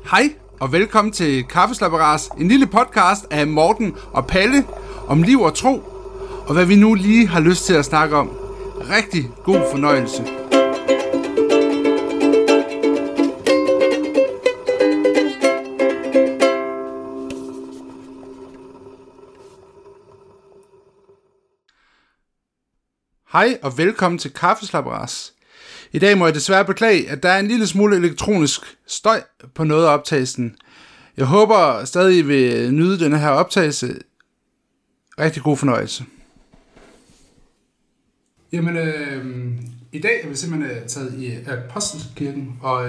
Hej og velkommen til Kaffeslabberas, en lille podcast af Morten og Palle om liv og tro, og hvad vi nu lige har lyst til at snakke om. Rigtig god fornøjelse. Hej og velkommen til Kaffeslabberas. I dag må jeg desværre beklage, at der er en lille smule elektronisk støj på noget af optagelsen. Jeg håber stadig, I vil nyde denne her optagelse. Rigtig god fornøjelse. Jamen, i dag er vi simpelthen taget i Apostelkirken, og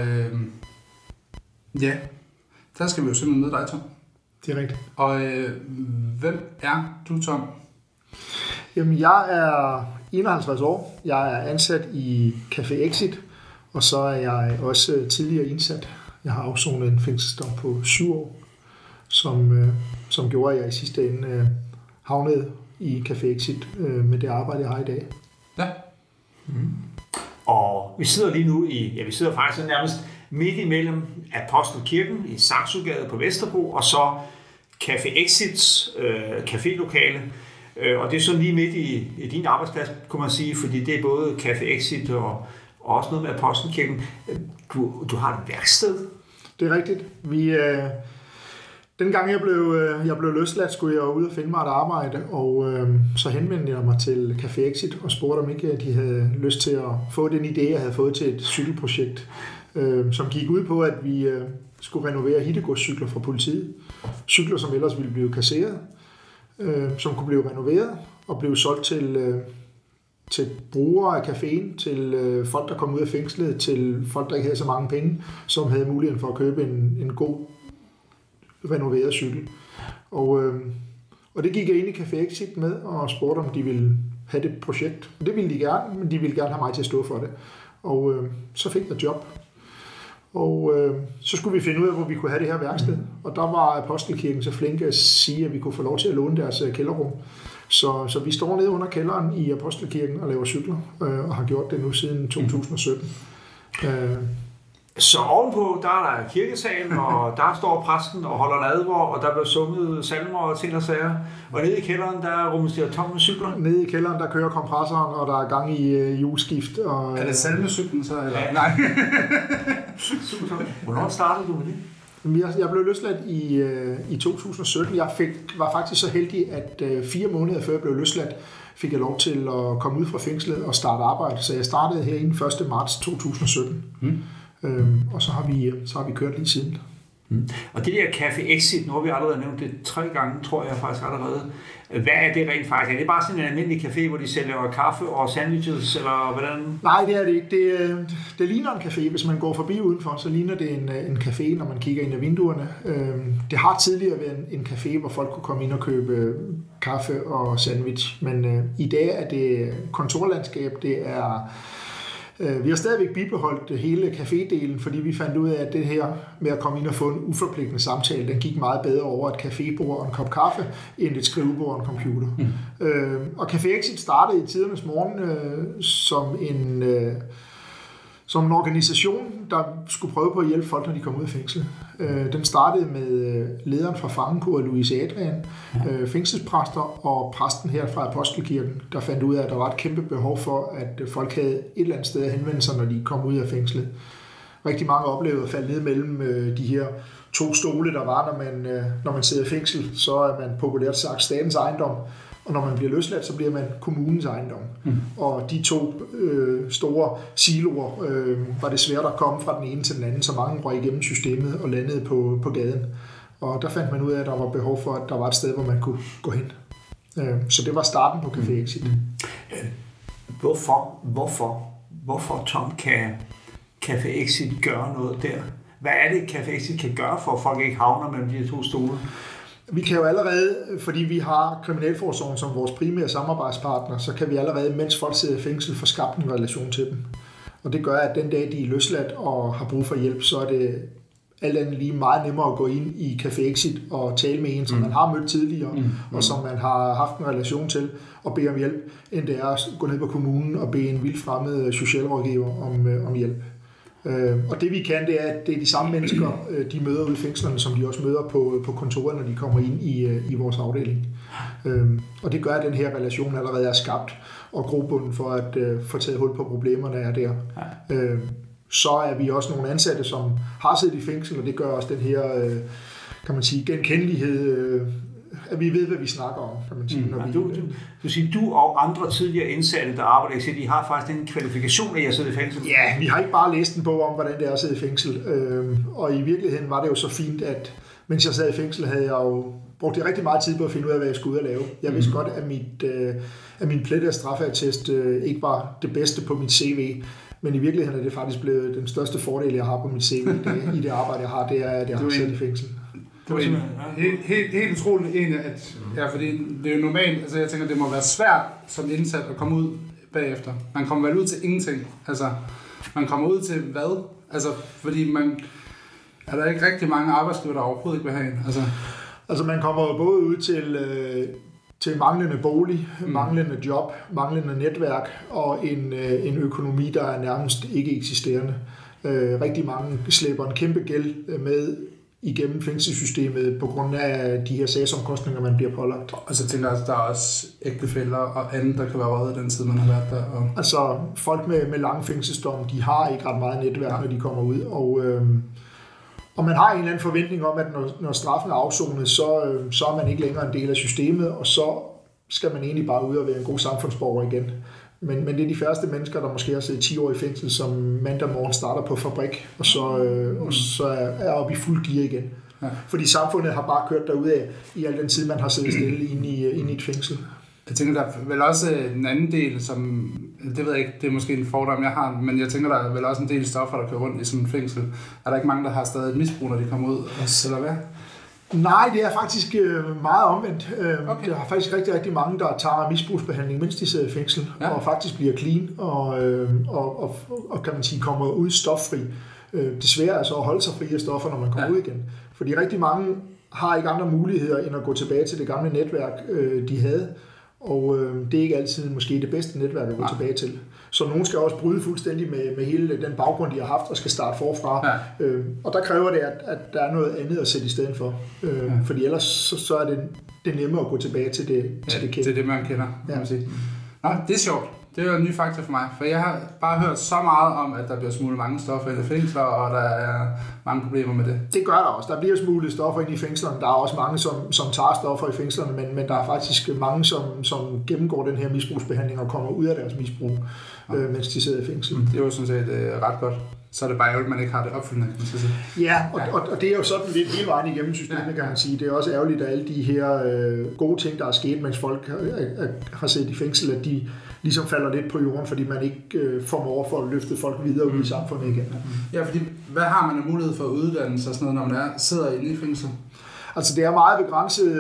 der skal vi jo simpelthen møde dig, Tom. Det er rigtigt. Og hvem er du, Tom? Jamen, jeg er 51 år. Jeg er ansat i Café Exit, og så er jeg også tidligere indsat. Jeg har afsonet en fængselsdom på 7 år, som gjorde, at jeg i sidste ende havnede i Café Exit med det arbejde, jeg har i dag. Ja. Mm. Og vi sidder lige nu vi sidder faktisk nærmest midt imellem Apostelkirken i Saxogade på Vesterbro, og så Café Exits cafélokale. Og det er sådan lige midt i din arbejdsplads, kunne man sige, fordi det er både Café Exit og også noget med Apostelkirken. Du har et værksted. Det er rigtigt. Dengang jeg blev løsladt, skulle jeg ud og finde mig et arbejde, og så henvendte jeg mig til Café Exit og spurgte, om ikke de havde lyst til at få den idé, jeg havde fået til et cykelprojekt, som gik ud på, at vi skulle renovere hittegodscykler fra politiet. Cykler, som ellers ville blive kasseret, som kunne blive renoveret og blive solgt til brugere af caféen, til folk, der kom ud af fængslet, til folk, der ikke havde så mange penge, som havde muligheden for at købe en god renoveret cykel. Og det gik jeg ind i Café Exit med og spurgte, om de ville have det projekt. Det ville de gerne, men de ville gerne have mig til at stå for det. Og så fik jeg job. Og så skulle vi finde ud af, hvor vi kunne have det her værksted. Og der var Apostelkirken så flinke at sige, at vi kunne få lov til at låne deres kælderrum. Så vi står nede under kælderen i Apostelkirken og laver cykler, og har gjort det nu siden 2017. Så ovenpå, der er der kirkesalen, og der står præsten og holder nadver, og der bliver sunget salmer og ting og sager. Og nede i kælderen, der rumsterer Tom med cykler. Nede i kælderen, der kører kompressoren, og der er gang i hjulskift. Og, er det salmecyklen så? Eller? Ja. Nej. Super. Hvornår startede du med det? Jeg blev løsladt i 2017. Jeg var faktisk så heldig, at 4 måneder før jeg blev løsladt, fik jeg lov til at komme ud fra fængslet og starte arbejde. Så jeg startede her inden 1. marts 2017. Og så har vi kørt lige siden. Og det der Café Exit, nu har vi allerede nævnt det 3 gange, tror jeg faktisk allerede. Hvad er det rent faktisk? Er det bare sådan en almindelig café, hvor de sælger kaffe og sandwiches, eller hvordan? Nej, det er det ikke. Det ligner en café. Hvis man går forbi udenfor, så ligner det en café, når man kigger ind ad vinduerne. Det har tidligere været en café, hvor folk kunne komme ind og købe kaffe og sandwich. Men i dag er det kontorlandskab. Det er... Vi har stadigvæk bibeholdt hele cafédelen, fordi vi fandt ud af, at det her med at komme ind og få en uforpligtende samtale, den gik meget bedre over et cafébord og en kop kaffe, end et skrivebord og en computer. Og Café Exit startede i tidernes morgen som en organisation, der skulle prøve på at hjælpe folk, når de kom ud af fængsel. Den startede med lederen fra Fangenkoret, Louise Adrian, fængselspræster og præsten her fra Apostelkirken, der fandt ud af, at der var et kæmpe behov for, at folk havde et eller andet sted at henvende sig, når de kom ud af fængslet. Rigtig mange oplevede at falde ned mellem de her 2 stole, der var, når man sidder i fængsel, så er man populært sagt statens ejendom. Og når man bliver løsladt, så bliver man kommunens ejendom. Og de 2 store siloer var det svært at komme fra den ene til den anden, så mange røg igennem systemet og landede på gaden. Og der fandt man ud af, at der var behov for, at der var et sted, hvor man kunne gå hen. Så det var starten på Café Exit. Hvorfor Tom, kan Café Exit gøre noget der? Hvad er det, Café Exit kan gøre for, at folk ikke havner mellem de 2 stole? Vi kan jo allerede, fordi vi har Kriminalforsorgen som vores primære samarbejdspartner, så kan vi allerede, mens folk sidder i fængsel, få skabt en relation til dem. Og det gør, at den dag, de er løsladt og har brug for hjælp, så er det alt andet lige meget nemmere at gå ind i Café Exit og tale med en, som man har mødt tidligere, og som man har haft en relation til, og bede om hjælp, end det er at gå ned på kommunen og bede en vildt fremmed socialrådgiver om hjælp. Og det vi kan, det er, at det er de samme mennesker, de møder ude i fængslerne, som de også møder på kontoret, når de kommer ind i vores afdeling. Og det gør, at den her relation allerede er skabt, og grobunden for at få taget hul på problemerne er der. Så er vi også nogle ansatte, som har siddet i fængsel, og det gør også den her, kan man sige, genkendelighed, at vi ved, hvad vi snakker om, kan man sige. Du og andre tidligere indsatte, der arbejder i de har faktisk den kvalifikation af at sidde i fængsel? Ja, vi har ikke bare læst en bog om, hvordan det er at sidde i fængsel. Og i virkeligheden var det jo så fint, at mens jeg sad i fængsel, havde jeg jo brugt rigtig meget tid på at finde ud af, hvad jeg skulle ud og lave. Jeg vidste godt, at min plet af straffeattest ikke var det bedste på mit CV, men i virkeligheden er det faktisk blevet den største fordel, jeg har på mit CV i det arbejde, jeg har, det er, at jeg har siddet i fængsel. Det var helt utroligt egentlig, at fordi det er jo normalt, altså jeg tænker, det må være svært som indsat at komme ud bagefter. Man kommer vel ud til ingenting, altså man kommer ud til hvad? Altså fordi er der ikke rigtig mange arbejdsgiver, der overhovedet ikke vil have en? Altså man kommer jo både ud til manglende bolig, manglende job, manglende netværk og en økonomi, der er nærmest ikke eksisterende. Rigtig mange slæber en kæmpe gæld med igennem fængselssystemet på grund af de her sagsomkostninger, man bliver pålagt. Og så tænker jeg, at der er også ægtefæller og andet, der kan være røget den tid, man har været der. Altså folk med lange fængselsdomme, de har ikke ret meget netværk, når de kommer ud, og man har en eller anden forventning om, at når straffen er afsonet, så er man ikke længere en del af systemet, og så skal man egentlig bare ud og være en god samfundsborger igen. Men det er de færreste mennesker, der måske har siddet 10 år i fængsel, som mandag morgen starter på fabrik, og så er oppe i fuld gear igen. Ja. Fordi samfundet har bare kørt derudad i al den tid, man har siddet stille inde i et fængsel. Jeg tænker, der er vel også en anden del, som, det ved jeg ikke, det er måske en fordom, jeg har, men jeg tænker, der er vel også en del stoffer, der kører rundt i sådan en fængsel. Er der ikke mange, der har stadig et misbrug, når de kommer ud, eller hvad? Nej, det er faktisk meget omvendt. Okay. Der er faktisk rigtig, rigtig mange, der tager misbrugsbehandling, mens de sidder i fængsel, og faktisk bliver clean, og kan man sige, kommer ud stoffri. Desværre er så at holde sig fri af stoffer, når man kommer ud igen. Fordi rigtig mange har ikke andre muligheder, end at gå tilbage til det gamle netværk, de havde. Og det er ikke altid måske det bedste netværk at gå tilbage til. Så nogen skal også bryde fuldstændig med hele den baggrund, de har haft, og skal starte forfra. Ja. Og der kræver det, at der er noget andet at sætte i stedet for. Fordi ellers så er det nemmere at gå tilbage til det kendte. Til det, man kender, kan man sige. Nå, det er sjovt. Det er jo en ny faktor for mig, for jeg har bare hørt så meget om, at der bliver smuglet mange stoffer ind i fængsler, og der er mange problemer med det. Det gør der også. Der bliver smuglet stoffer ind i fængslerne. Der er også mange, som tager stoffer i fængslerne, men der er faktisk mange, som gennemgår den her misbrugsbehandling og kommer ud af deres misbrug, mens de sidder i fængsel. Det er jo sådan set ret godt. Så er det bare ærgerligt, at man ikke har det opfyldende, kan man sige. Ja, og det er jo sådan lidt hele vejen igennem systemet, kan man sige. Det er også ærgerligt, at alle de her gode ting, der er sket, mens folk har siddet i fængsel, at de ligesom falder lidt på jorden, fordi man ikke formår for at løfte folk videre ud i samfundet igen. Ja, fordi hvad har man af mulighed for at uddanne sig sådan noget, når man sidder inde i fængsel? Altså det er meget begrænset,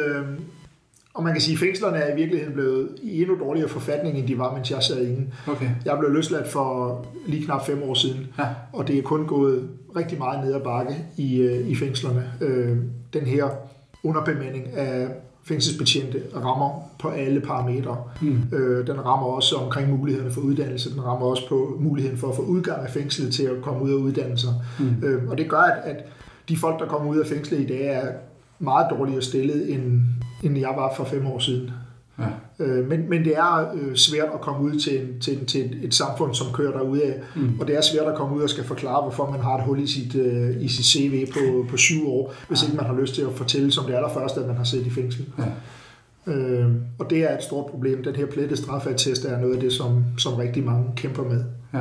og man kan sige, at fængslerne er i virkeligheden blevet i endnu dårligere forfatning, end de var, mens jeg sad inde. Okay. Jeg blev løsladt for lige knap 5 år siden, og det er kun gået rigtig meget ned ad bakke i fængslerne. Den her underbemanding af fængselsbetjente rammer på alle parametre. Den rammer også omkring mulighederne for uddannelse, den rammer også på muligheden for at få udgang af fængslet til at komme ud og uddanne sig. Og det gør, at de folk, der kommer ud af fængslet i dag, er meget dårligere stillet, end jeg var for 5 år siden. Ja. Men det er svært at komme ud til et samfund, som kører derudad, og det er svært at komme ud og skal forklare, hvorfor man har et hul i sit CV på 7 år, hvis ikke man har lyst til at fortælle som det allerførste, at man har siddet i fængsel. Ja. Og det er et stort problem. Den her plettet straffeattest er noget af det, som rigtig mange kæmper med. Ja.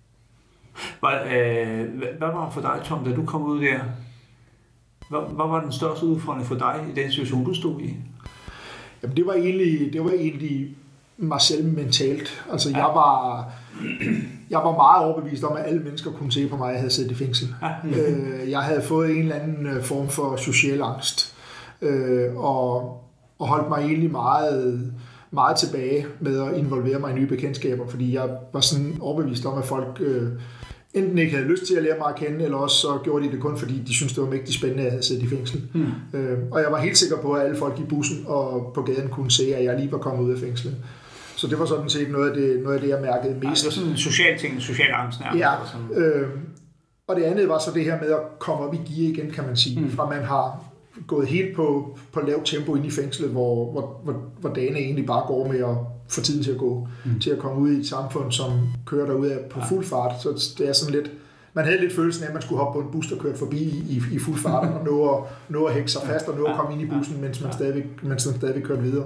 Hvad var for dig, Tom, da du kom ud der? Hvad var den største udfordring for dig i den situation, du stod i? Jamen, det var egentlig mig selv mentalt. Altså, jeg var meget overbevist om, at alle mennesker kunne se på mig, at jeg havde siddet i fængsel. Jeg havde fået en eller anden form for social angst, og holdt mig egentlig meget, meget tilbage med at involvere mig i nye bekendtskaber, fordi jeg var sådan overbevist om, at folk enten ikke havde lyst til at lære mig at kende, eller også så gjorde de det kun, fordi de syntes, det var mægtigt spændende, at jeg havde siddet i fængsel. Og jeg var helt sikker på, at alle folk i bussen og på gaden kunne se, at jeg lige var kommet ud af fængslet. Så det var sådan set noget af det, jeg mærkede mest. Det var sådan en social ting, en social angst nærmest. Ja, Og det andet var så det her med at komme op i gear igen, kan man sige. Fra man har gået helt på lavt tempo ind i fængslet, hvor dagene egentlig bare går med at få tiden til at gå, til at komme ud i et samfund, som kører derud på fuld fart. Så det er sådan lidt, man havde lidt følelsen af, at man skulle hoppe på en bus, der kørte forbi i fuld fart, og nå at hække sig fast, og nå at komme ind i bussen, mens man stadigvæk kørte videre.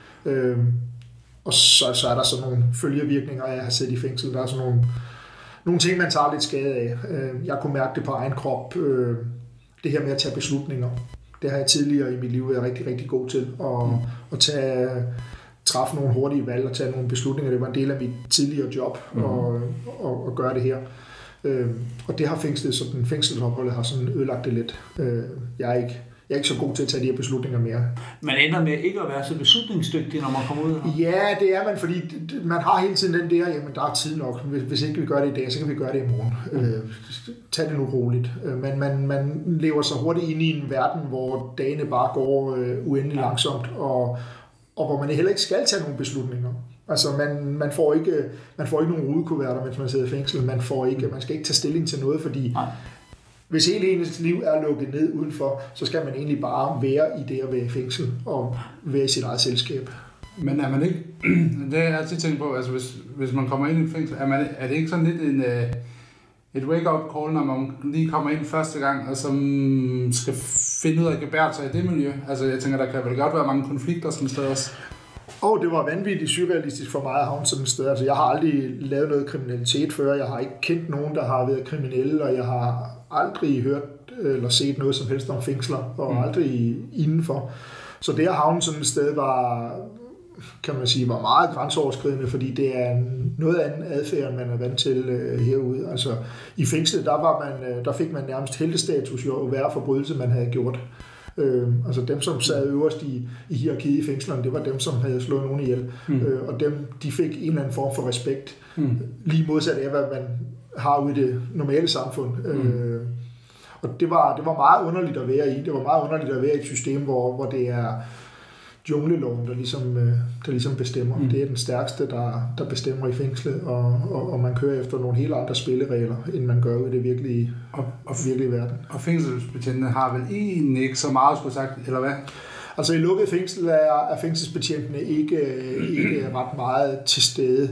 Og så er der sådan nogle følgevirkninger af at have siddet i fængsel. Der er sådan nogle ting, man tager lidt skade af. Jeg kunne mærke det på egen krop. Det her med at tage beslutninger. Det har jeg tidligere i mit liv været rigtig, rigtig god til. At træffe nogle hurtige valg og tage nogle beslutninger. Det var en del af mit tidligere job at gøre det her. Og det har fængslet, så den fængselsopholdet har sådan ødelagt det lidt. Jeg er ikke så god til at tage de her beslutninger mere. Man ender med ikke at være så beslutningsdygtig, når man kommer ud her? Ja, det er man, fordi man har hele tiden den der, jamen der er tid nok. Hvis ikke vi gør det i dag, så kan vi gøre det i morgen. Tag det nu roligt. Men man lever så hurtigt ind i en verden, hvor dagene bare går uendelig langsomt, og hvor man heller ikke skal tage nogle beslutninger. Altså man får ikke nogen rudekuverter, mens man sidder i fængsel. Man skal ikke tage stilling til noget, fordi hvis hele ens liv er lukket ned udenfor, så skal man egentlig bare være i det at være i fængsel og være i sit eget selskab. Men er man ikke, det har jeg altid tænkt på, altså hvis man kommer ind i et fængsel, er det ikke sådan lidt et wake-up call, når man lige kommer ind første gang, og som skal finde ud af at gebære sig i det miljø? Altså jeg tænker, der kan vel godt være mange konflikter sådan et sted også. Det var vanvittigt surrealistisk for mig at havne sådan et sted. Altså jeg har aldrig lavet noget kriminalitet før, jeg har ikke kendt nogen, der har været kriminelle, og jeg har aldrig hørt eller set noget som helst om fængsler, og aldrig indenfor. Så det at havne sådan et sted var, kan man sige, var meget grænseoverskridende, fordi det er noget anden adfærd, end man er vant til herude. Altså i fængslet, der fik man nærmest heltestatus jo at være forbrydelse, man havde gjort. Altså dem, som sad øverst i hierarkiet i fængslerne, det var dem, som havde slået nogen ihjel. Og de fik en eller anden form for respekt. Lige modsat af, hvad man har ude i det normale samfund. Og det var meget underligt at være i. Det var meget underligt at være i et system, hvor det er jungleloven, der ligesom bestemmer. Det er den stærkeste, der bestemmer i fængslet, og man kører efter nogle helt andre spilleregler, end man gør ud i det virkelige verden. Og fængselsbetjentene har vel egentlig ikke så meget skulle sagt, eller hvad? Altså i lukket fængsel er fængselsbetjentene ikke ret meget til stede.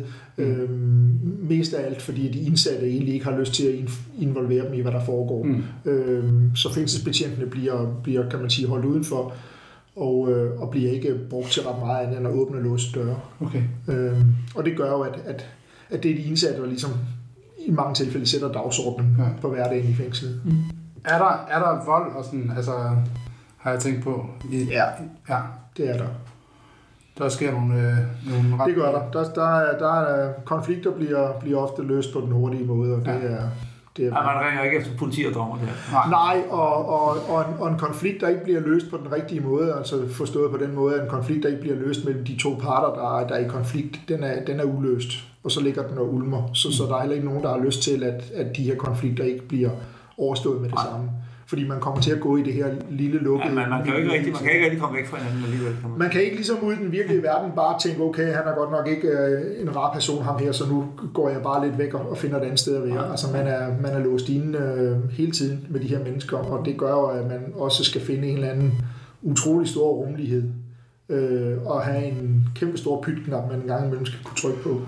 Mest af alt, fordi de indsatte egentlig ikke har lyst til at involvere dem i, hvad der foregår. Så fængselsbetjentene bliver, kan man sige, holdt udenfor, og bliver ikke brugt til ret meget andet end at åbne og låse døre. Okay. Og det gør jo, at det er de indsatte, der ligesom i mange tilfælde sætter dagsordenen på hverdagen i fængslet. Er der vold og sådan, altså har jeg tænkt på? Ja, det er der. Der sker nogle ret... Det gør der. Der er konflikter bliver ofte løst på den hurtige måde, og det er man ringer ikke efter politi og dommer der. Nej, og en konflikt, der ikke bliver løst på den rigtige måde, altså forstået på den måde, at en konflikt, der ikke bliver løst mellem de to parter, der er i konflikt, den er uløst, og så ligger den og ulmer. Så der er heller ikke nogen, der har lyst til, at de her konflikter ikke bliver overstået med det samme. Fordi man kommer til at gå i det her lille lukkede... Ja, man kan ikke rigtig komme væk fra hinanden alligevel. Man kan ikke ligesom ude i den virkelige verden bare tænke, okay, han er godt nok ikke en rar person, ham her, så nu går jeg bare lidt væk og finder et andet sted at være. Altså man er låst inde hele tiden med de her mennesker, og det gør jo, at man også skal finde en eller anden utrolig stor rummelighed og have en kæmpe stor pytknap, man en gang imellem skal kunne trykke på.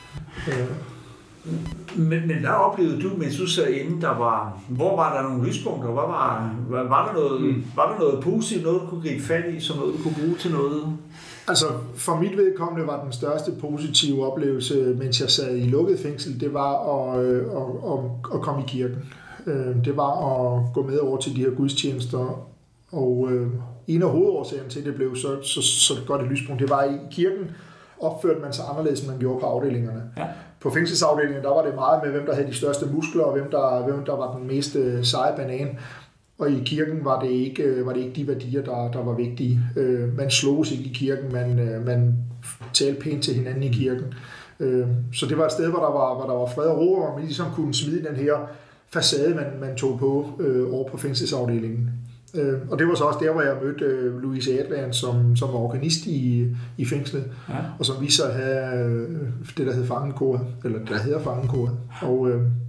Men hvad oplevede du, mens du sad inde, hvor var der nogle lyspunkter? Var der noget positivt, noget du kunne gribe fat i, som noget du kunne bruge til noget? Altså for mit vedkommende var den største positive oplevelse, mens jeg sad i lukket fængsel, det var at komme i kirken. Det var at gå med over til de her gudstjenester, og en af hovedårsagerne til, det blev så godt et lyspunkt, det var i kirken, opførte man sig anderledes, end man gjorde på afdelingerne. Ja. På fængselsafdelingen, der var det meget med, hvem der havde de største muskler, og hvem der var den mest seje banan. Og i kirken var det ikke de værdier, der var vigtige. Man slogs ikke i kirken, man talte pænt til hinanden i kirken. Så det var et sted, hvor der var fred og ro, og man ligesom kunne smide den her facade, man tog på over på fængselsafdelingen. Og det var så også der, hvor jeg mødte Louise Adrian, som var organist i fængslet, og som viste sig at have det, der hedder Fangenkoret, eller der hedder Fangenkoret.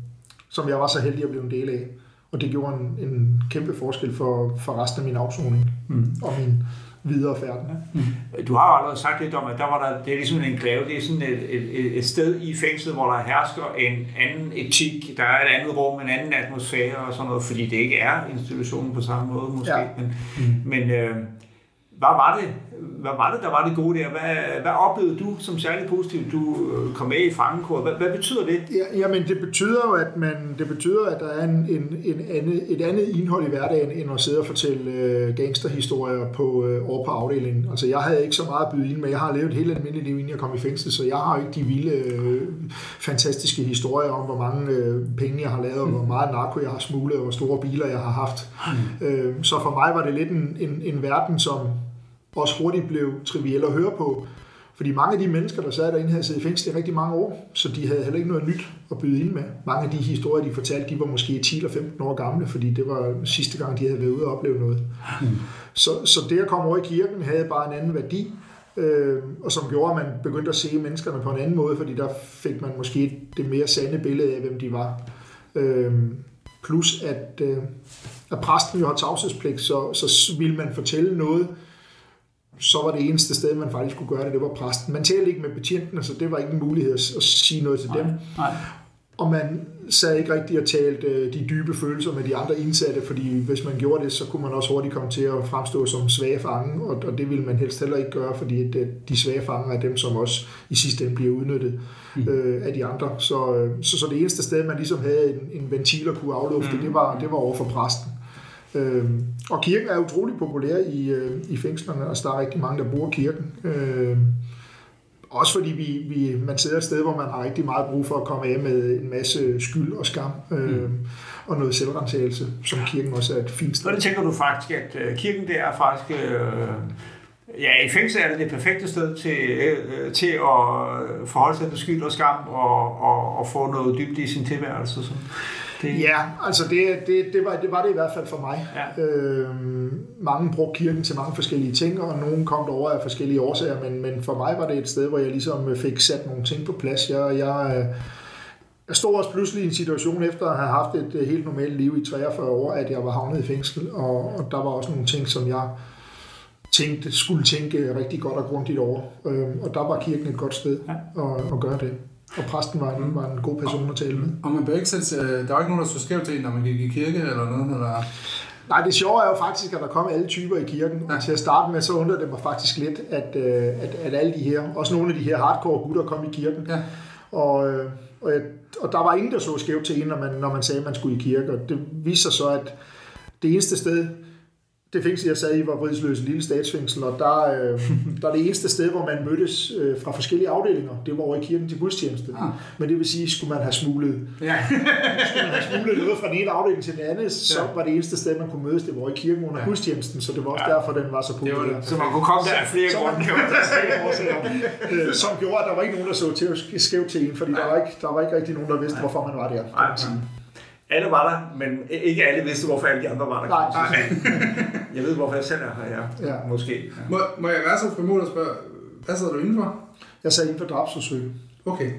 som jeg var så heldig at blive en del af. Og det gjorde en kæmpe forskel for resten af min afsoning og min videre færden. Du har jo allerede sagt lidt om, at det er ligesom en enklave, det er sådan et sted i fængslet, hvor der hersker en anden etik, der er et andet rum, en anden atmosfære og sådan noget, fordi det ikke er institutionen på samme måde måske. Ja. Men hvad var det, der var det gode der? Hvad oplevede du som særligt positivt? Du kom med i fangekoret. Hvad betyder det? Jamen, det betyder jo, at der er et andet indhold i hverdagen, end at sidde og fortælle gangsterhistorier over på afdelingen. Altså, jeg havde ikke så meget at byde ind med. Jeg har levet et helt almindeligt liv, inden jeg kom i fængsel, så jeg har jo ikke de vilde, fantastiske historier om, hvor mange penge jeg har lavet, og hvor meget narko jeg har smuglet, og hvor store biler jeg har haft. Så for mig var det lidt en verden, som også hurtigt blev trivielt at høre på. Fordi mange af de mennesker, der sad derinde, havde siddet i fængsel i rigtig mange år, så de havde heller ikke noget nyt at byde ind med. Mange af de historier, de fortalte, de var måske 10 eller 15 år gamle, fordi det var sidste gang, de havde været ude og opleve noget. Så det at komme over i kirken havde bare en anden værdi, og som gjorde, at man begyndte at se menneskerne på en anden måde, fordi der fik man måske det mere sande billede af, hvem de var. Plus at præsten jo har tavshedspligt, så ville man fortælle noget, så var det eneste sted, man faktisk kunne gøre det var præsten. Man talte ikke med betjentene, så det var ikke en mulighed at sige noget til dem. Nej. Og man sad ikke rigtig og talte de dybe følelser med de andre indsatte, fordi hvis man gjorde det, så kunne man også hurtigt komme til at fremstå som svage fange, og det ville man helst heller ikke gøre, fordi de svage fanger er dem, som også i sidste ende bliver udnyttet af de andre. Så det eneste sted, man ligesom havde en ventil at kunne aflufte, det var over for præsten. Og kirken er utrolig populær i fængslerne, og der er rigtig mange, der bruger kirken. Også fordi man sidder et sted, hvor man har rigtig meget brug for at komme af med en masse skyld og skam og noget selvrensagelse, som kirken også er et fint sted. Og det tænker du faktisk, at kirken det er faktisk... i fængsel er det perfekte sted til at forholde sig til skyld og skam og få noget dybt i sin tilværelse. Ja, altså det var det i hvert fald for mig. Ja. Mange brugte kirken til mange forskellige ting, og nogen kom derover af forskellige årsager, men for mig var det et sted, hvor jeg ligesom fik sat nogle ting på plads. Jeg stod også pludselig i en situation efter at have haft et helt normalt liv i 43 år, at jeg var havnet i fængsel, og der var også nogle ting, som jeg skulle tænke rigtig godt og grundigt over. Og der var kirken et godt sted at gøre det. Og præsten var en god person at tale med. Og man bør ikke sætte, der var ikke nogen, der så skævt til en, når man gik i kirke eller noget? Eller? Nej, det sjove er jo faktisk, at der kom alle typer i kirken. Ja. Og til at starte med, så undrede det mig faktisk lidt, at alle de her, også nogle af de her hardcore gutter, kom i kirken. Ja. Og der var ingen, der så skævt til en, når man sagde, at man skulle i kirke. Og det viste sig så, at det eneste sted, det fængsel, jeg sad i, var Vridsløse lille statsfængsel, og der er det eneste sted, hvor man mødtes fra forskellige afdelinger. Det var over i kirken til gudstjeneste. Ja. Men det vil sige, skulle man have smuglet noget fra den ene afdeling til den anden, så var det eneste sted, man kunne mødes, det var over i kirken under gudstjenesten, så det var også derfor, den var så populær. Så man kunne komme der flere grunde. Som gjorde, at der var ikke nogen, der så skævt til en, fordi der var ikke rigtig nogen, der vidste, hvorfor man var der. Alle var der, men ikke alle vidste, hvorfor alle de andre var der. Nej. Jeg ved, hvorfor jeg selv er her, ja. Måske. Ja. Må jeg være så frimodig at spørge, hvad sidder du indenfor? Jeg sad inden for drabsforsøg. Okay.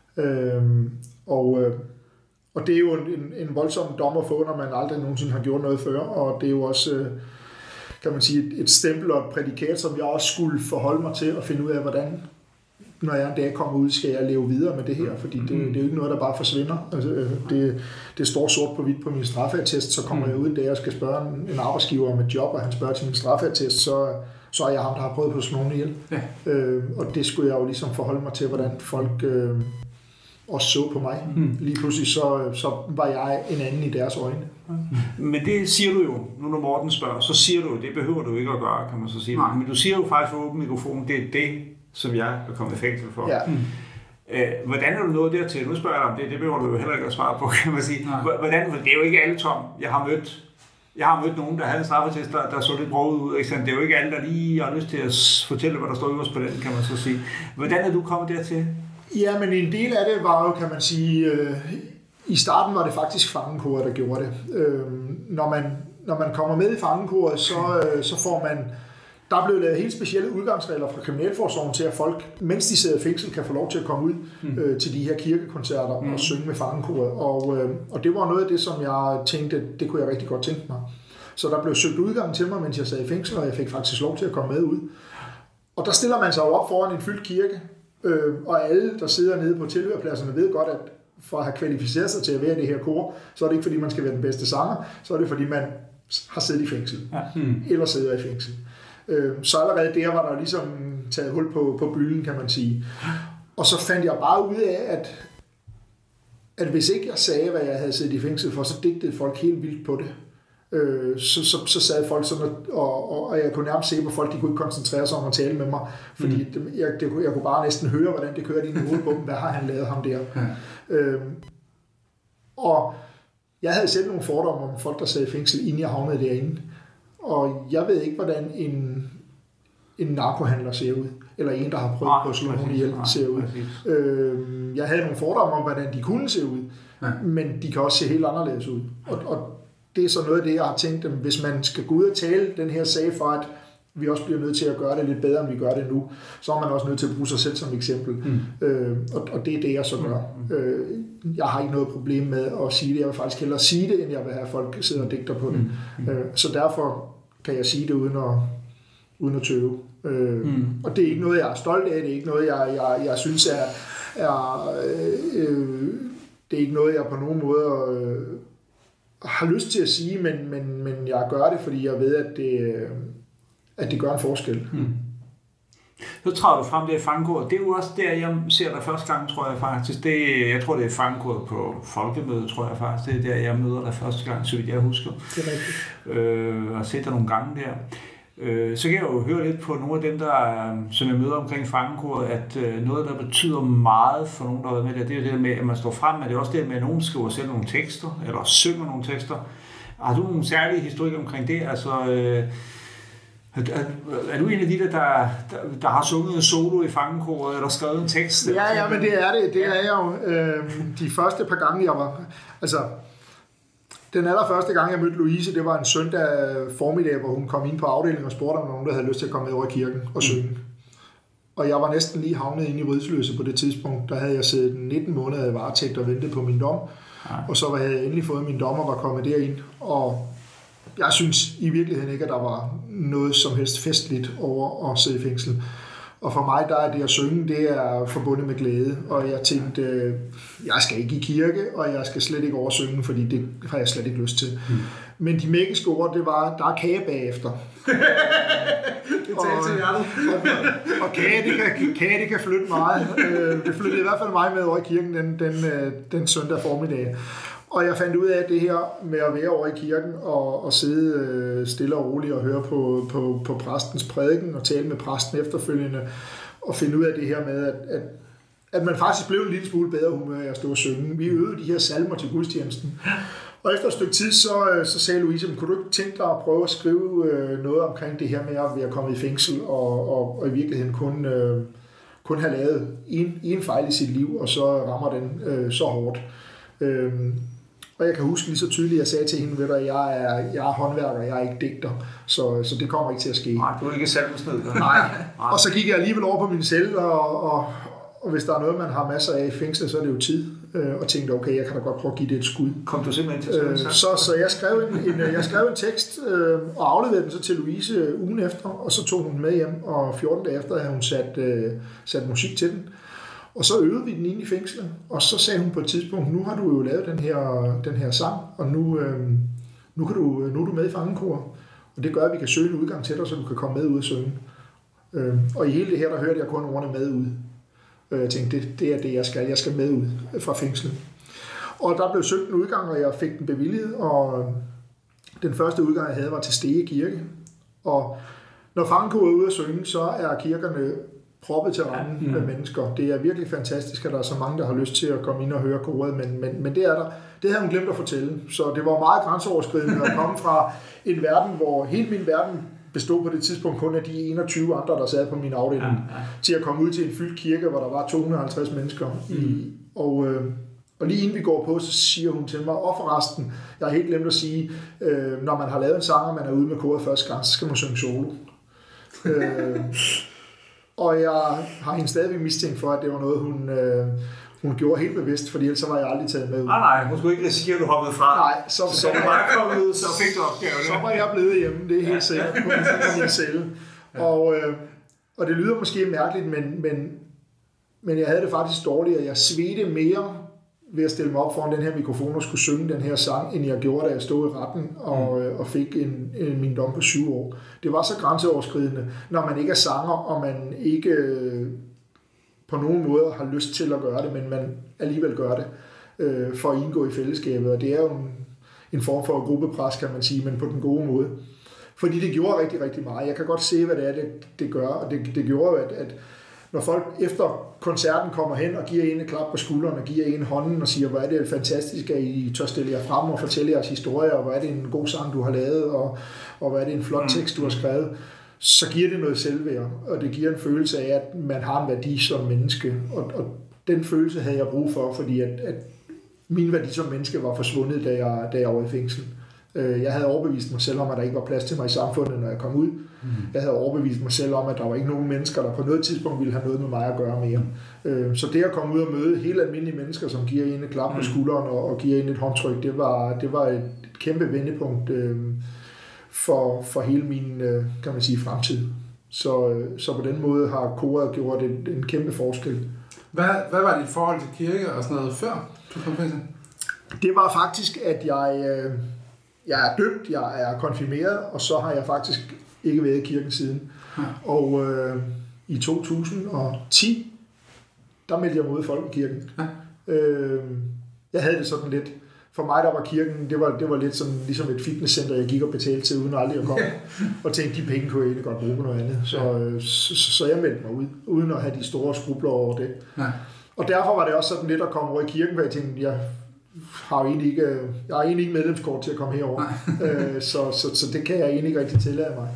Og det er jo en voldsom dom at få, når man aldrig nogensinde har gjort noget før, og det er jo også, kan man sige, et stempel og et prædikat, som jeg også skulle forholde mig til at finde ud af, hvordan, når jeg en dag kommer ud, skal jeg leve videre med det her, fordi det er jo ikke noget, der bare forsvinder. Altså, det står sort på hvidt på min straffeattest, så kommer jeg ud en dag og skal spørge en arbejdsgiver om et job, og han spørger til min straffeattest, så er jeg ham, der har prøvet på sådan nogen ihjel. Ja. Og det skulle jeg jo ligesom forholde mig til, hvordan folk også så på mig. Lige pludselig så var jeg en anden i deres øjne. Men det siger du jo, nu når Morten spørger, så siger du jo, det behøver du ikke at gøre, kan man så sige. Men du siger jo faktisk for åben mikrofon, det er det, som jeg er kommet i fængsel for. Ja. Hvordan er du nået dertil? Nu spørger jeg dig om det, det behøver du jo heller ikke at svare på, kan man sige. Hvordan, det er jo ikke alle, Tom. Jeg har mødt nogen, der havde en straffetest, der så lidt broget ud. Ikke? Det er jo ikke alle, der lige har lyst til at fortælle, hvad der står øverst på den, kan man så sige. Hvordan er du kommet dertil? Ja, men en del af det var jo, kan man sige, i starten var det faktisk fangekoret, der gjorde det. Når man kommer med i fangekoret, så får man Der er blevet lavet helt specielle udgangsregler fra kriminalforsorgen til, at folk, mens de sidder i fængsel, kan få lov til at komme ud til de her kirkekoncerter og synge med fangekoret. Og det var noget af det, som jeg tænkte, det kunne jeg rigtig godt tænke mig. Så der blev søgt udgang til mig, mens jeg sad i fængsel, og jeg fik faktisk lov til at komme med ud. Og der stiller man sig jo op foran en fyldt kirke, og alle, der sidder nede på tilhørpladserne, ved godt, at for at have kvalificeret sig til at være i det her kor, så er det ikke, fordi man skal være den bedste sanger, så er det, fordi man har siddet i fængsel, eller sidder i fængsel. Så allerede der var der ligesom taget hul på bylden, kan man sige. Og så fandt jeg bare ud af, at hvis ikke jeg sagde, hvad jeg havde siddet i fængsel for, så digtede folk helt vildt på det. Så sad folk sådan, og jeg kunne nærmest se på folk, de kunne ikke koncentrere sig om at tale med mig, fordi jeg kunne bare næsten høre, hvordan det kørte ind i hovedet på dem, hvad har han lavet ham der. Og jeg havde selv nogle fordomme om folk, der sad i fængsel, inden jeg havnede derinde. Og jeg ved ikke, hvordan en narkohandler ser ud, eller en, der har prøvet på at slå nogen ihjel, ser ud. Jeg havde nogle fordomme om, hvordan de kunne se ud, men de kan også se helt anderledes ud. Og det er så noget af det, jeg har tænkt, at hvis man skal gå ud og tale den her sag for, at vi også bliver nødt til at gøre det lidt bedre, end vi gør det nu, så er man også nødt til at bruge sig selv som eksempel. Og det er det, jeg så gør. Jeg har ikke noget problem med at sige det. Jeg vil faktisk hellere sige det, end jeg vil have folk sidder og digter på det. Så derfor kan jeg sige det uden at tøve. Og det er ikke noget, jeg er stolt af. Det er ikke noget, jeg synes det er ikke noget, jeg på nogen måde har lyst til at sige, men jeg gør det, fordi jeg ved, at det gør en forskel. Så træder du frem der i fangekoret. Det er jo også der, jeg ser dig første gang, tror jeg faktisk. Jeg tror, det er fangekoret på folkemødet, tror jeg faktisk. Det er der, jeg møder dig første gang, så vidt jeg husker. Det er rigtigt. Og set dig nogle gange der. Så kan jeg jo høre lidt på nogle af dem, som jeg møder omkring fangekoret, at noget, der betyder meget for nogen, der har været med det er det med, at man står frem, men det er også det med, at nogen skriver selv nogle tekster, eller synger nogle tekster. Har du nogle særlige historier omkring det? Altså, er du en af de der har sunget en solo i fangekoret, eller skrevet en tekst? Ja, men det er det. Det er jeg jo. De første par gange, jeg var... Altså, den allerførste gang, jeg mødte Louise, det var en søndag formiddag, hvor hun kom ind på afdelingen og spurgte, om nogen, der havde lyst til at komme med over i kirken og synge. Og jeg var næsten lige havnet inde i Vridsløse på det tidspunkt. Der havde jeg siddet 19 måneder i varetægt og ventet på min dom. Og så havde jeg endelig fået min dom og var kommet derind. Og jeg synes i virkeligheden ikke, at der var noget som helst festligt over at sidde i fængsel. Og for mig, der er det at synge, det er forbundet med glæde. Og jeg tænkte, jeg skal ikke i kirke, og jeg skal slet ikke oversynge, fordi det har jeg slet ikke lyst til. Men de magiske ord, det var, der er kage bagefter. Og kage, det kan flytte meget. Det flyttede i hvert fald mig med over i kirken den søndag formiddag. Og jeg fandt ud af det her med at være over i kirken og sidde stille og roligt og høre på præstens prædiken og tale med præsten efterfølgende og finde ud af det her med, at man faktisk blev en lille smule bedre humør af at stå og synge. Vi øvede de her salmer til gudstjenesten. Og efter et stykke tid, så sagde Louise, kunne du ikke tænke dig at prøve at skrive noget omkring det her med at være kommet i fængsel og i virkeligheden kun have lavet en fejl i sit liv, og så rammer den så hårdt. Og jeg kan huske lige så tydeligt, at jeg sagde til hende, at jeg er håndværker, jeg er ikke digter, så det kommer ikke til at ske. Nej, du er ikke salmesned. Nej. Og så gik jeg alligevel over på min celle, og hvis der er noget, man har masser af i fængslet, så er det jo tid. Og tænkte, okay, jeg kan da godt prøve at give det et skud. Kom du simpelthen til at så jeg skrev en tekst og afleverede den så til Louise ugen efter, og så tog hun den med hjem, og 14 dage efter havde hun sat musik til den. Og så øvede vi den inde i fængslet, og så sagde hun på et tidspunkt, nu har du jo lavet den her sang, og nu er du med i fangekoret. Og det gør, at vi kan søge en udgang til dig, så du kan komme med ud og synge. Og i hele det her, der hørte jeg kun ordene med ud. Jeg tænkte, det er det, jeg skal. Jeg skal med ud fra fængslet. Og der blev søgt en udgang, og jeg fik den bevilget, og den første udgang, jeg havde, var til Stege Kirke. Og når fangekoret er ude at synge, så er kirkerne proppet til rammen med mennesker. Det er virkelig fantastisk, at der er så mange, der har lyst til at komme ind og høre koret, men det er der. Det havde hun glemt at fortælle. Så det var meget grænseoverskridende at komme fra en verden, hvor hele min verden bestod på det tidspunkt kun af de 21 andre, der sad på min afdeling, til at komme ud til en fyldt kirke, hvor der var 250 mennesker. Og lige inden vi går på, så siger hun til mig, og forresten, jeg har helt glemt at sige, når man har lavet en sang, og man er ude med koret første gang, så skal man synge solo. Og jeg har hende stadigvæk mistænkt for, at det var noget, hun gjorde helt bevidst, fordi ellers var jeg aldrig taget med ud. Nej, hun skulle ikke risikere, at du hoppede fra. Nej, så var jeg kommet ud, så fik du opgaven. Så var jeg blevet hjemme, det er helt sikkert, på min celle. Og det lyder måske mærkeligt, men jeg havde det faktisk dårligt, og jeg svedte mere ved at stille mig op foran den her mikrofon og skulle synge den her sang, end jeg gjorde, da jeg stod i retten og fik min dom på 7 år. Det var så grænseoverskridende, når man ikke er sanger, og man ikke på nogen måde har lyst til at gøre det, men man alligevel gør det for at indgå i fællesskabet. Og det er jo en form for gruppepres, kan man sige, men på den gode måde. Fordi det gjorde rigtig, rigtig meget. Jeg kan godt se, hvad det er, det gør, og det gjorde, at når folk efter koncerten kommer hen og giver en et klap på skulderen og giver en hånden og siger, hvor er det fantastisk, at I tør stille jer frem og fortælle jeres historie, og hvor er det en god sang, du har lavet, og hvor er det en flot tekst, du har skrevet, så giver det noget selvværd, og det giver en følelse af, at man har en værdi som menneske, og den følelse havde jeg brug for, fordi at min værdi som menneske var forsvundet, da jeg var i fængsel. Jeg havde overbevist mig selv om, at der ikke var plads til mig i samfundet, når jeg kom ud. Jeg havde overbevist mig selv om, at der var ikke nogen mennesker, der på noget tidspunkt ville have noget med mig at gøre mere. Så det at komme ud og møde helt almindelige mennesker, som giver en et klap på skulderen og giver en et håndtryk, det var et kæmpe vendepunkt for hele min, kan man sige, fremtid. Så på den måde har koret gjort en kæmpe forskel. Hvad var dit forhold til kirke og sådan noget før du kom fængsel? Det var faktisk, at jeg er døbt, jeg er konfirmeret, og så har jeg faktisk ikke været i kirken siden. Ja. Og i 2010, der meldte jeg mig ud i Folkekirken. Ja. Jeg havde det sådan lidt. For mig, der var kirken, det var lidt sådan, ligesom et fitnesscenter, jeg gik og betalte til, uden aldrig at komme. Og tænkte, de penge kunne jeg egentlig godt bruge på noget andet. Så jeg meldte mig ud, uden at have de store skrubler over det. Ja. Og derfor var det også sådan lidt at komme over i kirken, hvor jeg tænkte, jeg har egentlig ikke medlemskort til at komme herover. Så det kan jeg egentlig ikke rigtig tillade mig.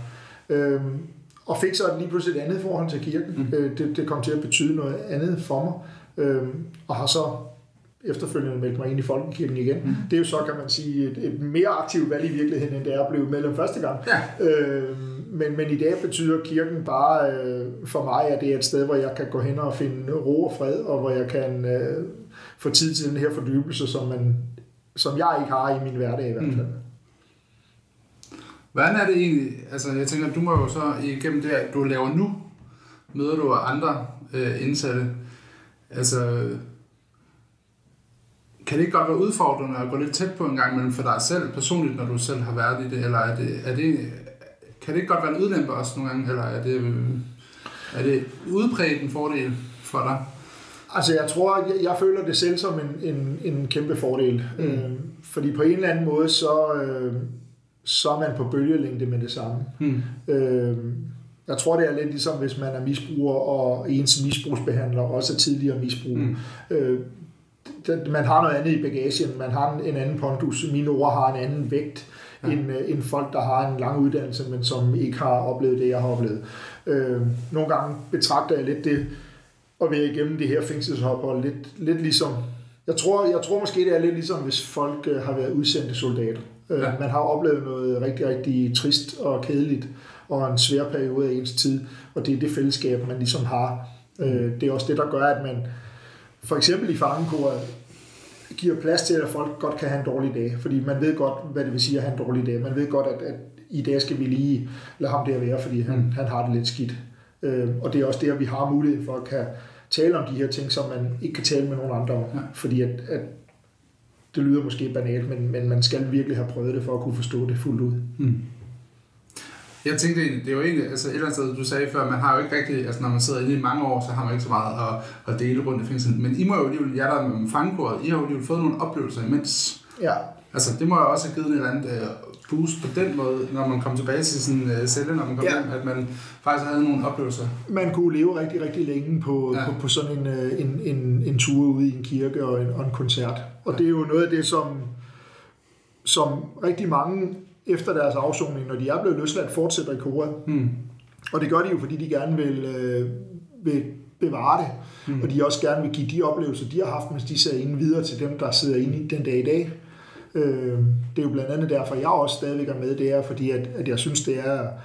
Og fik så lige pludselig et andet forhold til kirken. Det kom til at betyde noget andet for mig. Og har så efterfølgende meldt mig ind i Folkekirken igen. Det er jo så, kan man sige, et mere aktivt valg i virkeligheden, end det er at blive medlem første gang. Ja. Men i dag betyder kirken bare for mig, at det er et sted, hvor jeg kan gå hen og finde ro og fred, og hvor jeg kan få tid til den her fordybelse, som jeg ikke har i min hverdag i hvert fald. Hvordan er det egentlig? Altså, jeg tænker, du må jo så igennem det, du laver nu, møder du andre indsatte. Altså, kan det ikke godt være udfordrende at gå lidt tæt på en gang imellem for dig selv personligt, når du selv har været i det, eller kan det ikke godt være en udlempe også nogle gange, eller er det udpræget en fordel for dig? Altså jeg føler det selv som en kæmpe fordel, fordi på en eller anden måde, så er man på bølgelængde med det samme. Jeg tror, det er lidt ligesom, hvis man er misbruger, og ens misbrugsbehandler også er tidligere misbrug. Man har noget andet i bagagen, man har en anden pondus, mine ord har en anden vægt, end folk, der har en lang uddannelse, men som ikke har oplevet det, jeg har oplevet. Nogle gange betragter jeg lidt det at være igennem det her fængselsophold lidt ligesom, jeg tror måske, det er lidt ligesom, hvis folk har været udsendte soldater. Man har oplevet noget rigtig, rigtig trist og kedeligt, og en svær periode af ens tid, og det er det fællesskab, man ligesom har. Det er også det, der gør, at man for eksempel i fangekoret giver plads til, at folk godt kan have en dårlig dag, fordi man ved godt, hvad det vil sige at have en dårlig dag. Man ved godt, at i dag skal vi lige lade ham der være, fordi han har det lidt skidt. Og det er også det, at vi har mulighed for at kan tale om de her ting, som man ikke kan tale med nogen andre om. Fordi at det lyder måske banalt, men man skal virkelig have prøvet det for at kunne forstå det fuldt ud. Jeg tænkte, det var egentlig, altså et eller andet sted, du sagde før, man har jo ikke rigtig, altså når man sidder inde i mange år, så har man ikke så meget at dele rundt i fængslet. Men I må jo alligevel, jeg der med fangekoret, I har jo alligevel fået nogle oplevelser imens. Ja. Altså det må jo også have givet en eller anden boost på den måde, når man kom tilbage til sådan en celle, når man kom hjem, at man faktisk havde nogle oplevelser. Man kunne leve rigtig, rigtig længe på sådan en tur ude i en kirke og en koncert. Og det er jo noget af det, som rigtig mange efter deres afsoning, når de er blevet løsladt, fortsætter i koret. Og det gør de jo, fordi de gerne vil bevare det. Og de også gerne vil give de oplevelser, de har haft, mens de sidder inde videre til dem, der sidder inde i den dag i dag. Det er jo blandt andet derfor, jeg også stadigvæk er med, det er fordi, at jeg synes, det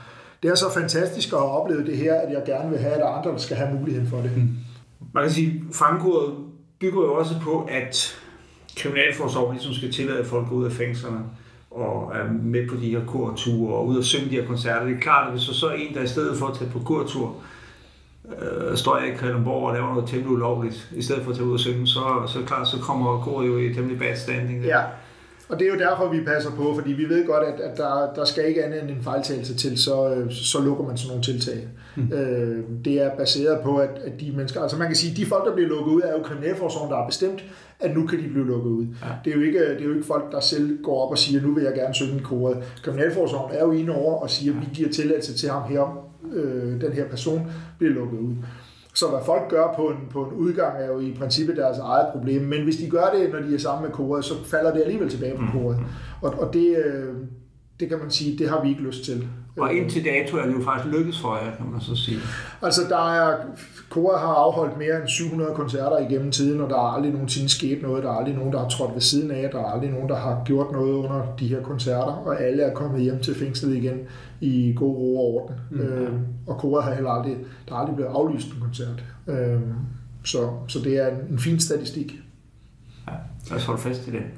det er så fantastisk at have oplevet det her, at jeg gerne vil have, at andre skal have muligheden for det. Man kan sige, fangekoret bygger jo også på, at kriminalforsorgen ligesom skal tillade folk at gå ud af fængslerne og er med på de her kurture og ud og synge de her koncerter. Det er klart, at hvis så er en, der i stedet for at tage på kurtur, står jeg i Kalundborg og laver noget temmelig ulovligt, i stedet for at tage ud og synge, så klart, så kommer koret jo i temmelig bad standing. Ja, og det er jo derfor, vi passer på, fordi vi ved godt, at der skal ikke andet end en fejltagelse til, så lukker man sådan nogle tiltag. Det er baseret på, at de mennesker, altså man kan sige, de folk, der bliver lukket ud, er jo kriminalforsorgen, der har bestemt, at nu kan de blive lukket ud. Ja. Det er jo ikke folk, der selv går op og siger, nu vil jeg gerne synge i koret. Kriminalforsorgen er jo inde over og siger, at vi giver tilladelse til ham her, den her person bliver lukket ud. Så hvad folk gør på en udgang er jo i princippet deres eget problem, men hvis de gør det, når de er sammen med koret, så falder det alligevel tilbage på koret. Og det kan man sige, det har vi ikke lyst til. Og indtil dato er det jo faktisk lykkes for jer, kan man så sige. Altså koret har afholdt mere end 700 koncerter igennem tiden, og der er aldrig nogensinde sket noget, der er aldrig nogen, der har trådt ved siden af, der er aldrig nogen, der har gjort noget under de her koncerter, og alle er kommet hjem til fængslet igen i god ro og orden. Og koret har heller aldrig, der er aldrig blevet aflyst en koncert. Så det er en fin statistik. Ja, lad os holde fast i det.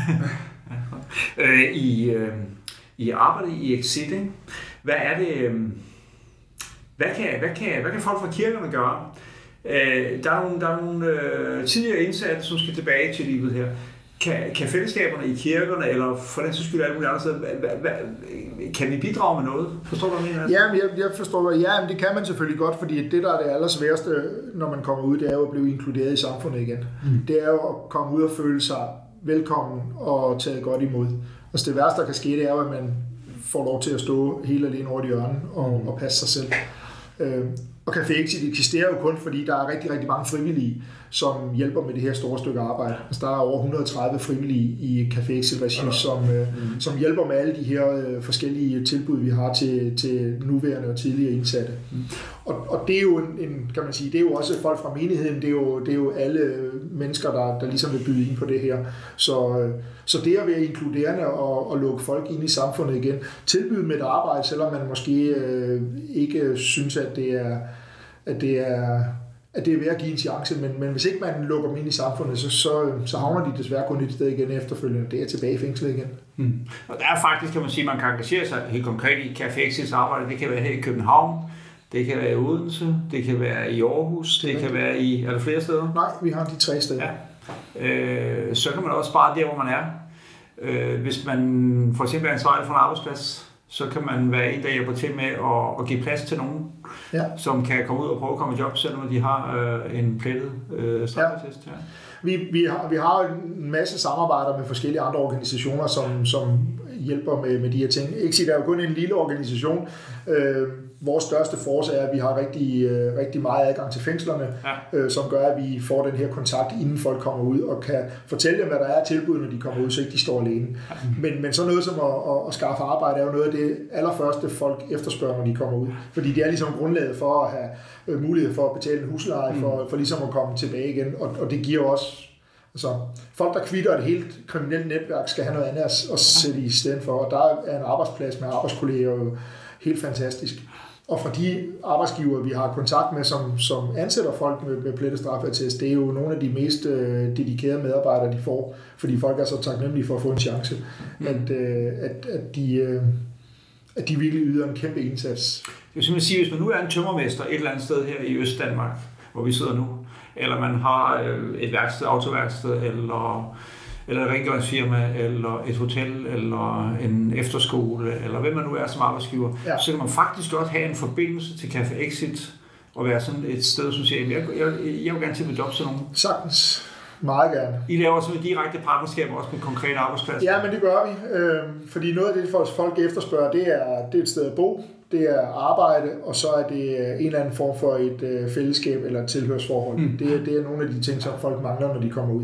Ja. I arbejdet i Exiting, hvad er det? Hvad kan folk fra kirkerne gøre? Der er nogle tidligere indsatte, som skal tilbage til livet her. Kan fællesskaberne i kirkerne, eller for den sags skyld alle mulige andre steder, kan vi bidrage med noget? Forstår du, hvad jeg mener? Jamen, jeg forstår, men det kan man selvfølgelig godt, fordi det, der er det allersværeste, når man kommer ud, det er jo at blive inkluderet i samfundet igen. Det er jo at komme ud og føle sig velkommen og taget godt imod. Altså det værste, der kan ske, det er jo, at man får lov til at stå helt alene over i hjørnet og passe sig selv. Og Café Exit eksisterer jo kun, fordi der er rigtig, rigtig mange frivillige, som hjælper med det her store stykke arbejde. Altså, der er over 130 frivillige i Café Exit-regi, som hjælper med alle de her forskellige tilbud, vi har til nuværende og tidligere indsatte. Og det er jo kan man sige, det er jo også folk fra menigheden, det er jo alle mennesker, der ligesom vil byde ind på det her. Så det at være inkluderende og lukke folk ind i samfundet igen, tilbyde med et arbejde, selvom man måske ikke synes, at det er værd at give en chance, men hvis ikke man lukker dem ind i samfundet, så havner de desværre kun et sted igen efterfølgende. Det er tilbage i fængslet igen. Og der er faktisk, kan man sige, man kan engagere sig helt konkret i Café Exits arbejde. Det kan være her i København, det kan være i Odense, det kan være i Aarhus, det kan være i... Er der flere steder? Nej, vi har de 3 steder. Ja. Så kan man også bare der, hvor man er. Hvis man for eksempel er ansvarlig for en arbejdsplads, så kan man være en, der hjælper til med at give plads til nogen, som kan komme ud og prøve at komme i job, selvom de har en plettet straffetest. Ja. Vi har en masse samarbejder med forskellige andre organisationer, som hjælper med de her ting. Exit er jo kun en lille organisation. Vores største force er, at vi har rigtig meget adgang til fængslerne, som gør, at vi får den her kontakt, inden folk kommer ud, og kan fortælle dem, hvad der er tilbud, når de kommer ud, så ikke de står alene. Men så noget som at skaffe arbejde er jo noget af det allerførste, folk efterspørger, når de kommer ud. Fordi det er ligesom grundlaget for at have mulighed for at betale en husleje, for ligesom at komme tilbage igen. Og det giver også... Altså, folk, der kvitter et helt kriminelt netværk, skal have noget andet at sætte i stedet for. Og der er en arbejdsplads med arbejdskolleger jo helt fantastisk. Og fra de arbejdsgivere, vi har kontakt med, som ansætter folk med plettet straffeattest, det er jo nogle af de mest dedikerede medarbejdere, de får. Fordi folk er så taknemmelige for at få en chance. At de virkelig yder en kæmpe indsats. Det vil simpelthen sige, hvis man nu er en tømmermester et eller andet sted her i Østdanmark, hvor vi sidder nu, eller man har et værksted, autoværksted, eller et rengøringsfirma, eller et hotel, eller en efterskole, eller hvem man nu er som arbejdsgiver, så kan man faktisk godt have en forbindelse til Café Exit, og være sådan et sted, som siger, jeg vil gerne til mit job sådan nogen. Sagtens. Meget gerne. I laver sådan et direkte partnerskab også med konkrete arbejdspladser? Ja, men det gør vi. Fordi noget af det, folk efterspørger, det er et sted at bo, det er arbejde, og så er det en eller anden form for et fællesskab eller et tilhørsforhold. Det er nogle af de ting, som folk mangler, når de kommer ud.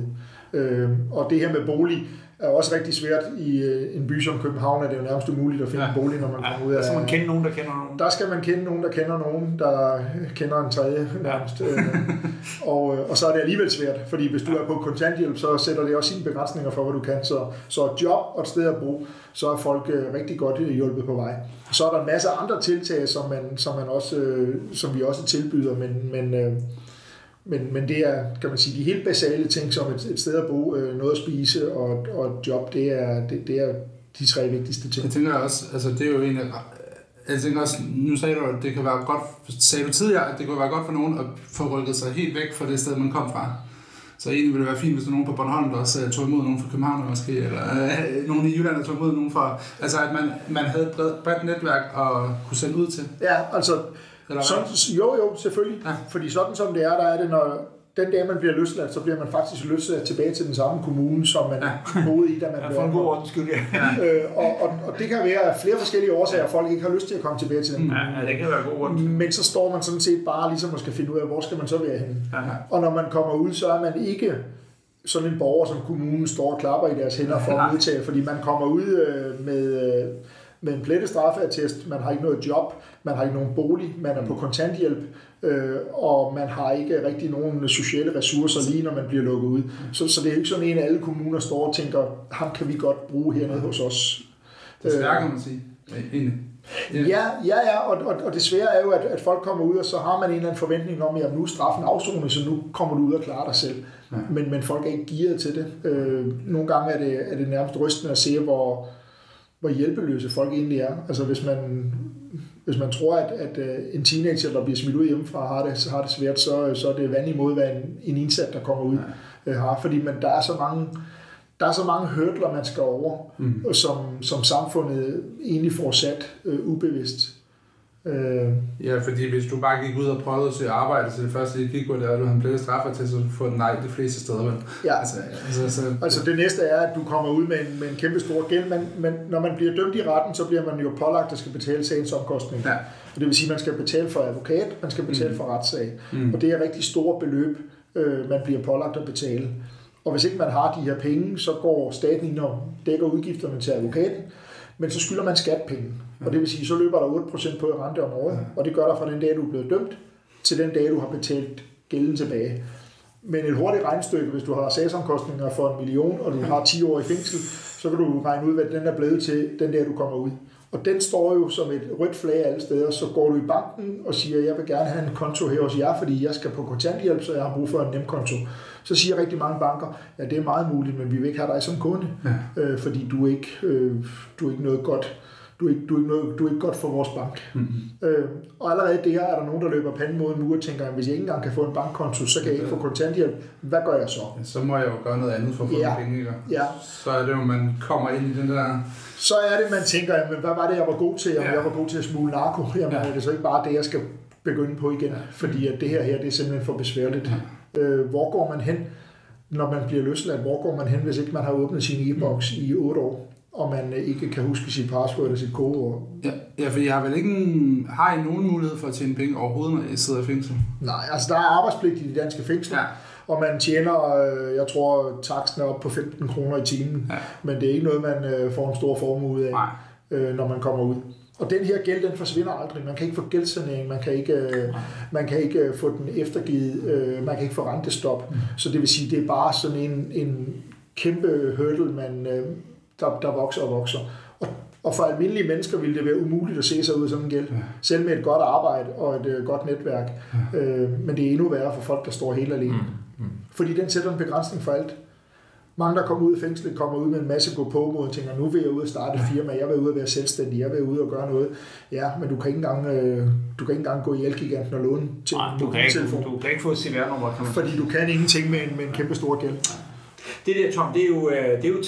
Og det her med bolig er også rigtig svært i en by som København, er det jo nærmest umuligt at finde en bolig, når man kommer ud af... Der skal man kende nogen, der kender nogen. Der skal man kende nogen, der kender nogen, der kender en tredje nærmest. Og så er det alligevel svært, fordi hvis du er på kontanthjælp, så sætter det også sine begrænsninger for, hvad du kan. Så et job og et sted at bo, så er folk rigtig godt hjulpet på vej. Så er der en masse andre tiltag, som vi også tilbyder, men det er, kan man sige, de helt basale ting, som et sted at bo, noget at spise og et job, det er de tre vigtigste ting. Jeg tænker også, altså det er jo egentlig, jeg tænker også, nu sagde du, at det kan være godt, sagde du tidligere, at det kunne være godt for nogen at få rykket sig helt væk fra det sted, man kom fra. Så egentlig ville det være fint, hvis der er nogen på Bornholm, der også tog imod nogen fra København måske, eller nogen i Jylland, der tog imod nogen fra, altså at man havde et bredt netværk og kunne sende ud til. Ja, altså, jo, selvfølgelig. Ja. Fordi sådan som det er, der er det, når den dag man bliver løsladt, så bliver man faktisk løsladt tilbage til den samme kommune, som man boede i, da man blev. For en god ordens skyld, og det kan være flere forskellige årsager, at folk ikke har lyst til at komme tilbage til den kommune. Ja, det kan være god ordens. Men så står man sådan set bare ligesom og skal finde ud af, hvor skal man så være henne. Ja. Og når man kommer ud, så er man ikke sådan en borger, som kommunen står og klapper i deres hænder for at modtage, fordi man kommer ud med en plettet straffeattest, man har ikke noget job, man har ikke nogen bolig, man er på kontanthjælp, og man har ikke rigtig nogen sociale ressourcer lige når man bliver lukket ud. Så det er ikke sådan en af alle kommuner står og tænker, ham kan vi godt bruge hernede hos os. Det er svært, kan man sige. Ja, og det svære er jo, at folk kommer ud, og så har man en eller anden forventning om, at nu er straffen afsonet, så nu kommer du ud og klarer dig selv. Ja. Men folk er ikke gearet til det. Nogle gange er det nærmest rystende at se, hvor hjælpeløse folk egentlig er. Altså hvis man tror, at en teenager, der bliver smidt ud hjemmefra, har det svært, så er det vand imod, hvad en indsat, der kommer ud, har. Fordi der er så mange hurdler, man skal over, som samfundet egentlig får sat ubevidst. Ja, fordi hvis du bare gik ud og prøvede at søge arbejde, så det første, du gik på, det er, at du har en plettet straffeattest, så du får nej de fleste steder. Vel? Ja, altså det næste er, at du kommer ud med en kæmpe stor gæld, men når man bliver dømt i retten, så bliver man jo pålagt at skal betale sagens omkostning. Ja. Og det vil sige, at man skal betale for advokat, man skal betale for retssag. Og det er rigtig store beløb, man bliver pålagt at betale. Og hvis ikke man har de her penge, så går staten ind og dækker udgifterne til advokaten, men så skylder man skatpenge. Og det vil sige, så løber der 8% på rente om året, og det gør der fra den dag, du er blevet dømt, til den dag, du har betalt gælden tilbage. Men et hurtigt regnestykke, hvis du har sagsomkostninger for 1 million, og du har 10 år i fængsel, så kan du regne ud, hvad den er blevet til den dag, du kommer ud. Og den står jo som et rødt flag alle steder, så går du i banken og siger, jeg vil gerne have en konto her hos jer, fordi jeg skal på kontanthjælp, så jeg har brug for en nemkonto. Så siger rigtig mange banker, ja, det er meget muligt, men vi vil ikke have dig som kunde, fordi du er ikke noget godt. Du er ikke godt for vores bank. Og allerede der er der nogen, der løber panden mod en mur og tænker, hvis jeg ikke engang kan få en bankkonto, så kan jeg ikke få kontanthjælp. Hvad gør jeg så? Ja, så må jeg jo gøre noget andet for at få penge, ikke? Ja. Så er det jo, man kommer ind i den der... Så er det, man tænker, jamen, hvad var det, jeg var god til? Jamen, jeg var god til at smule narko. Jamen, er det så ikke bare det, jeg skal begynde på igen? Fordi at det her, det er simpelthen for besværligt. Hvor går man hen, når man bliver løsladt? Hvor går man hen, hvis ikke man har åbnet sin e-boks i 8 år? Og man ikke kan huske sit password eller sit kodeord. Ja, for jeg har vel ikke har I nogen mulighed for at tjene penge overhovedet, når I sidder i fængsel? Nej, altså der er arbejdspligt i de danske fængsler, og man tjener, jeg tror, taksten er op på 15 kroner i timen, men det er ikke noget, man får en stor formue ud af, når man kommer ud. Og den her gæld, den forsvinder aldrig. Man kan ikke få gældssanering, man kan ikke få den eftergivet, man kan ikke få rentestop. Så det vil sige, det er bare sådan en kæmpe hurdle, der vokser og vokser. Og for almindelige mennesker ville det være umuligt at se sig ud som en gæld. Selv med et godt arbejde og et godt netværk. Men det er endnu værre for folk, der står helt alene. Fordi den sætter en begrænsning for alt. Mange, der kommer ud af fængslet, kommer ud med en masse gå-på-mod og tænker, nu vil jeg ud og starte et firma, jeg vil ud og være selvstændig, jeg vil ud og gøre noget. Ja, men du kan ikke engang gå i Elgiganten og låne til en mobiltelefon. Du kan ikke få et CVR-nummer. Fordi du kan ingenting med en kæmpe stor gæld. Det der, Tom, det er jo et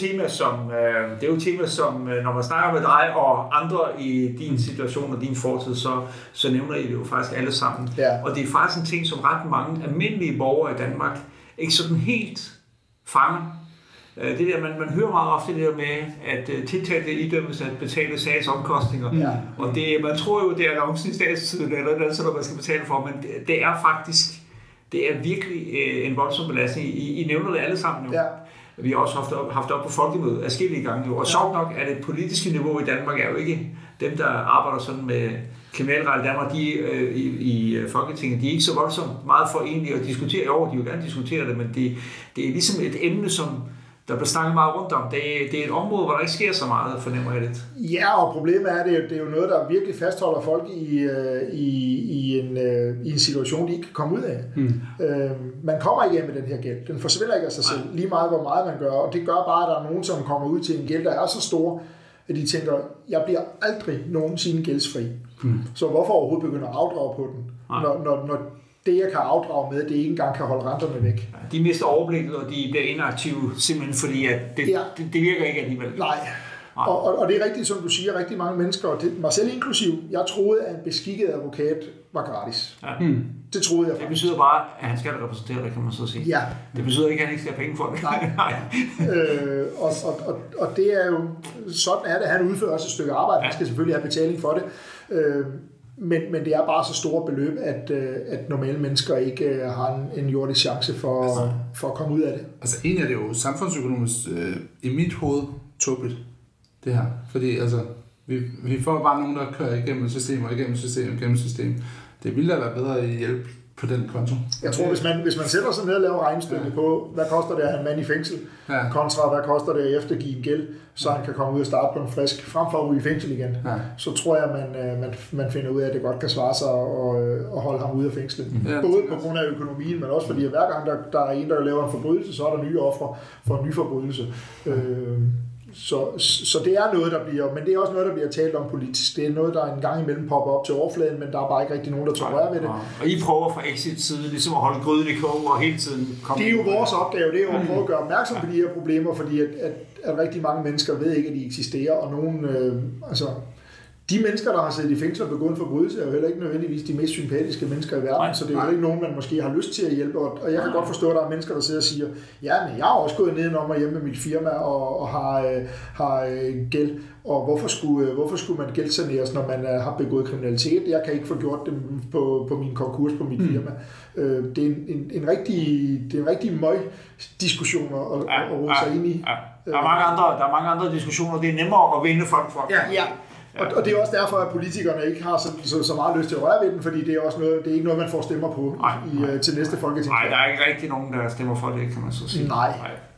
tema, som når man snakker med dig og andre i din situation og din fortid, så nævner I det jo faktisk alle sammen. Ja. Og det er faktisk en ting, som ret mange almindelige borgere i Danmark ikke sådan helt fanger. Det der, man hører meget ofte det der med, at tiltalte idømmes at betale sagsomkostninger. Ja. Og det, man tror jo, det er annoncen i statstiden eller noget, så man skal betale for, men det er faktisk det er virkelig en voldsom belastning. I nævner det alle sammen nu. Ja. Vi har også haft op på folkemødet adskillige gange nu. Og sjovt nok er det politiske niveau i Danmark er jo ikke dem, der arbejder sådan med kriminalret i Danmark, de i Folketinget, de er ikke så voldsomt meget forenlige at diskutere. Jo, de vil gerne diskutere det, men det er ligesom et emne, som der bliver snakket meget rundt om. Det er et område, hvor der ikke sker så meget, fornemmer jeg lidt. Ja, og problemet er, at det er jo noget, der virkelig fastholder folk i en situation, de ikke kan komme ud af. Man kommer ikke hjem med den her gæld. Den forsvinder ikke af sig selv, lige meget hvor meget man gør. Og det gør bare, at der er nogen, som kommer ud til en gæld, der er så stor, at de tænker, jeg bliver aldrig nogensinde gældsfri. Så hvorfor overhovedet begynde at afdrage på den, når det, jeg kan afdrage med, det ikke engang kan holde renterne væk. Ja, de mister overblikket, og de bliver inaktive, simpelthen fordi, at det virker ikke alligevel. Nej. Og det er rigtigt, som du siger, rigtig mange mennesker, og det, mig selv inklusiv, jeg troede, at en beskikket advokat var gratis. Ja. Det troede jeg faktisk. Det betyder bare, at han skal repræsentere det, kan man så sige. Ja. Det betyder ikke, at han ikke skal have penge for det. Nej. Og det er jo, sådan er det, han udfører også et stykke arbejde, han skal selvfølgelig have betaling for det. Men det er bare så store beløb, at normale mennesker ikke har en jordisk chance for at komme ud af det. Altså egentlig er det jo samfundsøkonomisk i mit hoved tåbeligt, det her. Fordi altså, vi får bare nogen, der kører igennem system. Det ville da være bedre at hjælpe på den konto. Jeg tror, hvis man sætter sig ned og laver regnestykke på, hvad koster det at have en mand i fængsel, kontra hvad koster det at eftergive en gæld, så han kan komme ud og starte på en frisk, frem for at ryge i fængsel igen, så tror jeg, man finder ud af, at det godt kan svare sig at holde ham ude af fængslet. Både på grund af økonomien, men også fordi, at hver gang der er en, der laver en forbrydelse, så er der nye ofre for en ny forbrydelse. Så det er noget, der bliver, men det er også noget, der bliver talt om politisk. Det er noget, der en gang imellem popper op til overfladen, men der er bare ikke rigtig nogen, der tager røre ved det. Og I prøver fra Exits side ligesom at holde gryden i kog og hele tiden komme. Det er jo vores opgave, det er jo at prøve at gøre opmærksom på de her problemer, fordi at rigtig mange mennesker ved ikke, at de eksisterer, og nogen, de mennesker, der har siddet i fængsel og begået en forbrydelse, er jo heller ikke nødvendigvis de mest sympatiske mennesker i verden, så det er jo ikke nogen, man måske har lyst til at hjælpe. Og jeg kan godt forstå, at der er mennesker, der sidder og siger, ja, men jeg har også gået nedenom og hjemme med mit firma og har gæld, og hvorfor skulle man gældsaneres, når man har begået kriminalitet? Jeg kan ikke få gjort det på min konkurs på mit firma. Det er en rigtig møg-diskussion at rode sig ind i. Der er mange andre diskussioner. Det er nemmere at vinde folk for. Ja. Og det er også derfor, at politikerne ikke har så meget lyst til at røre ved den, fordi det er også noget, det er ikke noget, man får stemmer på til næste folketingsvalg. Nej, der er ikke rigtig nogen, der stemmer for det, kan man så sige. Nej.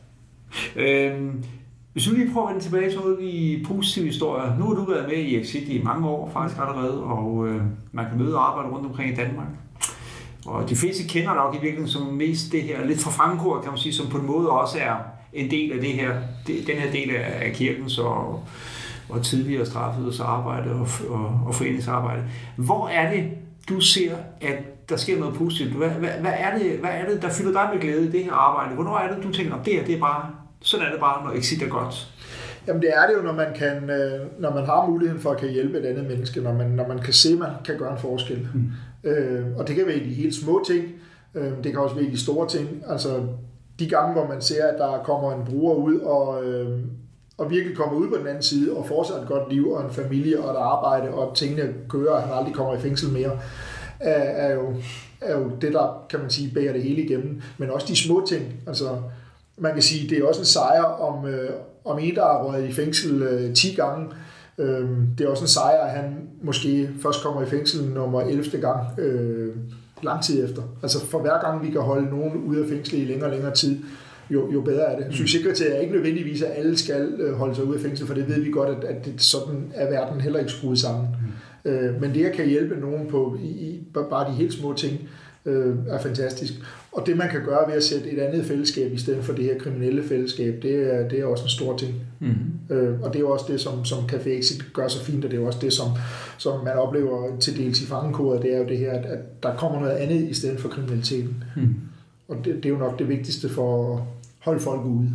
Hvis vi lige prøver at vende tilbage til noget i positive historier. Nu har du været med i Exit i mange år faktisk allerede, og man kan møde og arbejde rundt omkring i Danmark. Og de fleste kender nok i virkeligheden som mest det her, lidt fra Frankfurt, kan man sige, som på en måde også er en del af det her, den her del af kirkens og tidligere straffedes arbejde og foreningsarbejde. Hvor er det, du ser, at der sker noget positivt? Hvad er det, der fylder dig med glæde i det her arbejde? Hvornår er det, du tænker, det er bare, sådan er det bare, når Exit er godt? Jamen det er det jo, når man har muligheden for at kan hjælpe et andet menneske, når man kan se, at man kan gøre en forskel. Og det kan være i de helt små ting, det kan også være i de store ting. Altså de gange, hvor man ser, at der kommer en bruger ud og virkelig kommer ud på den anden side og fortsat et godt liv og en familie og et arbejde og tingene kører, og han aldrig kommer i fængsel mere, er jo det, der kan man sige bærer det hele igennem. Men også de små ting. Altså man kan sige, det er også en sejr om en, der er røget i fængsel 10 gange. Det er også en sejr, at han måske først kommer i fængsel nummer 11. gang lang tid efter. Altså for hver gang vi kan holde nogen ude af fængsel i længere og længere tid, jo bedre er det. Succeskriteriet er ikke nødvendigvis, at alle skal holde sig ude af fængsel, for det ved vi godt, at det, sådan er verden heller ikke skruet sammen. Men det, at kan hjælpe nogen på bare de helt små ting, er fantastisk. Og det, man kan gøre ved at sætte et andet fællesskab i stedet for det her kriminelle fællesskab, det er også en stor ting. Og det er jo også det, som Café Exit gør så fint, og det er jo også det, som man oplever til dels i fangekoder, det er jo det her, at der kommer noget andet i stedet for kriminaliteten. Og det er jo nok det vigtigste for at holde folk ude.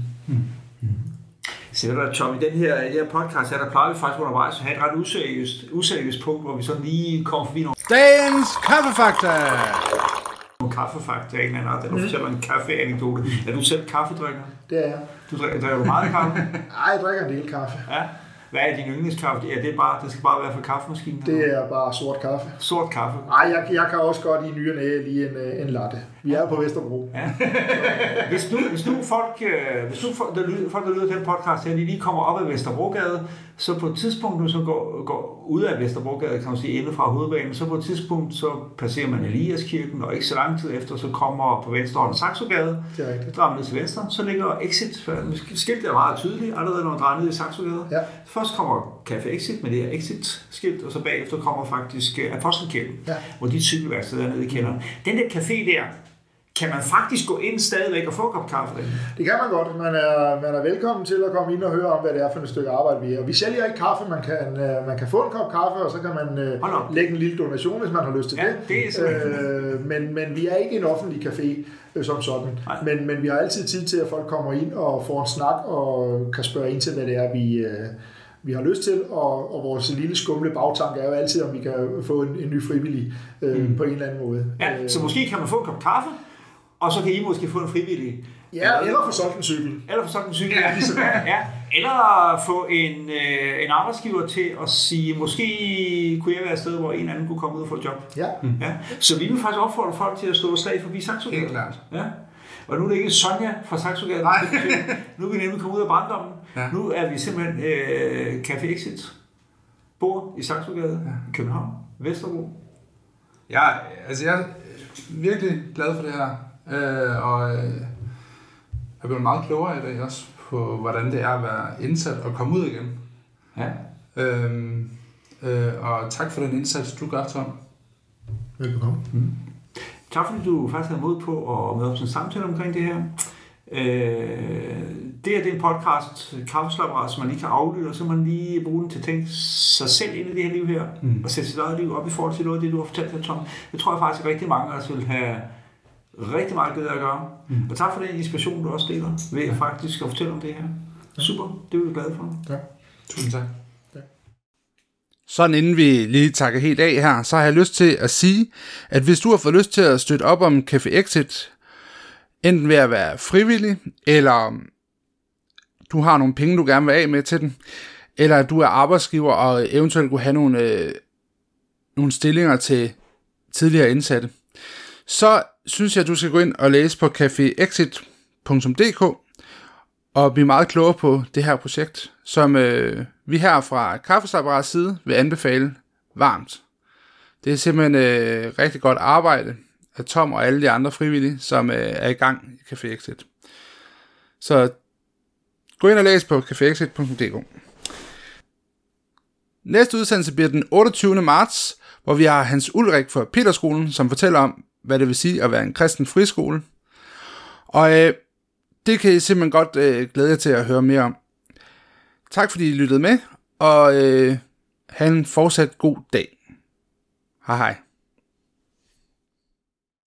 Så der, Tom, i den her podcast, der plejer vi faktisk undervejs at have et ret useriøst punkt, hvor vi sådan lige kommer forbi nogle... Dagens kaffefakta! Nogle kaffefakta, en eller anden, der fortæller en kaffeanekdote. Er du selv kaffedrikker? Det er jeg. Drikker du meget kaffe? Nej, jeg drikker en del kaffe. Ja. Hvad er din yndlingskaffe? Ja, det skal bare være fra kaffemaskinen? Det er bare sort kaffe. Sort kaffe? Nej, jeg kan også godt i ny og næ lige en latte. Vi er på Vesterbro. Ja. Hvis nu folk, der lyder den podcast her, de lige kommer op ad Vesterbrogade, så på et tidspunkt, nu så går ud af Vesterbrogade, kan man sige, inde fra hovedbanen, så på et tidspunkt, så passerer man Eliaskirken, og ikke så lang tid efter, så kommer på venstre hånd Saxogade, drejer ned til venstre, så ligger Exit, skiltet er meget tydeligt, allerede når man drejer ned i Saxogade. Ja. Først kommer Café Exit med det her Exit-skilt, og så bagefter kommer faktisk Apostelkirken, hvor de cykelværksteder nede i kælderen. Den der café der, kan man faktisk gå ind stadigvæk og få en kop kaffe derinde? Det kan man godt. Man er velkommen til at komme ind og høre om, hvad det er for et stykke arbejde, vi er. Og vi sælger ikke kaffe. Man kan få en kop kaffe, og så kan man lægge en lille donation, hvis man har lyst til det. Men vi er ikke en offentlig café som sådan. Men vi har altid tid til, at folk kommer ind og får en snak og kan spørge ind til, hvad det er, vi har lyst til, og vores lille skumle bagtank er jo altid, om vi kan få en ny frivillig på en eller anden måde. Ja, så måske kan man få en kop kaffe, og så kan I måske få en frivillig. Ja, eller få solgt en cykel. Ja, lige så ja. Eller få en arbejdsgiver til at sige, måske kunne jeg være et sted, hvor en anden kunne komme ud og få et job. Ja. Så vi vil faktisk opfordre folk til at stå slag forbi Saxogade. Helt klart. Ja. Og nu er det ikke Sonja fra Saxogade. Nu er vi nemlig kommet ud af barndommen. Ja. Nu er vi simpelthen Café Exit. Bor i Saxogade, i København, Vesterbro. Ja, altså jeg er virkelig glad for det her. Og jeg er blevet meget klogere i dag også på, hvordan det er at være indsat og komme ud igen. Ja. Og tak for den indsats, du gør, Tom. Velbekomme. Tak fordi du faktisk havde mod på at møde op til en samtale omkring det her. Det er en podcast, Kaffeslabberas, som man lige kan aflytte, og så man lige bruge den til at tænke sig selv ind i det her liv her, og sætte sit eget liv op i forhold til noget af det, du har fortalt her, Tom. Det tror jeg faktisk, at rigtig mange af os vil have rigtig meget glæde at gøre. Og tak for den inspiration, du også deler ved faktisk at fortælle om det her. Super, det er vi glade for. Ja. Tusind tak. Sådan inden vi lige takker helt af her, så har jeg lyst til at sige, at hvis du har fået lyst til at støtte op om Café Exit, enten ved at være frivillig, eller du har nogle penge, du gerne vil af med til den, eller at du er arbejdsgiver og eventuelt kunne have nogle stillinger til tidligere indsatte, så synes jeg, at du skal gå ind og læse på cafeexit.dk og blive meget klogere på det her projekt, som vi her fra Kaffeslabberas side vil anbefale varmt. Det er simpelthen rigtig godt arbejde af Tom og alle de andre frivillige, som er i gang i Café Exit. Så gå ind og læs på cafeexit.dk. Næste udsendelse bliver den 28. marts, hvor vi har Hans Ulrik fra Peterskolen, som fortæller om, hvad det vil sige at være en kristen friskole. Og det kan I simpelthen godt glæde jer til at høre mere om. Tak fordi I lyttede med, og have en fortsat god dag. Hej hej.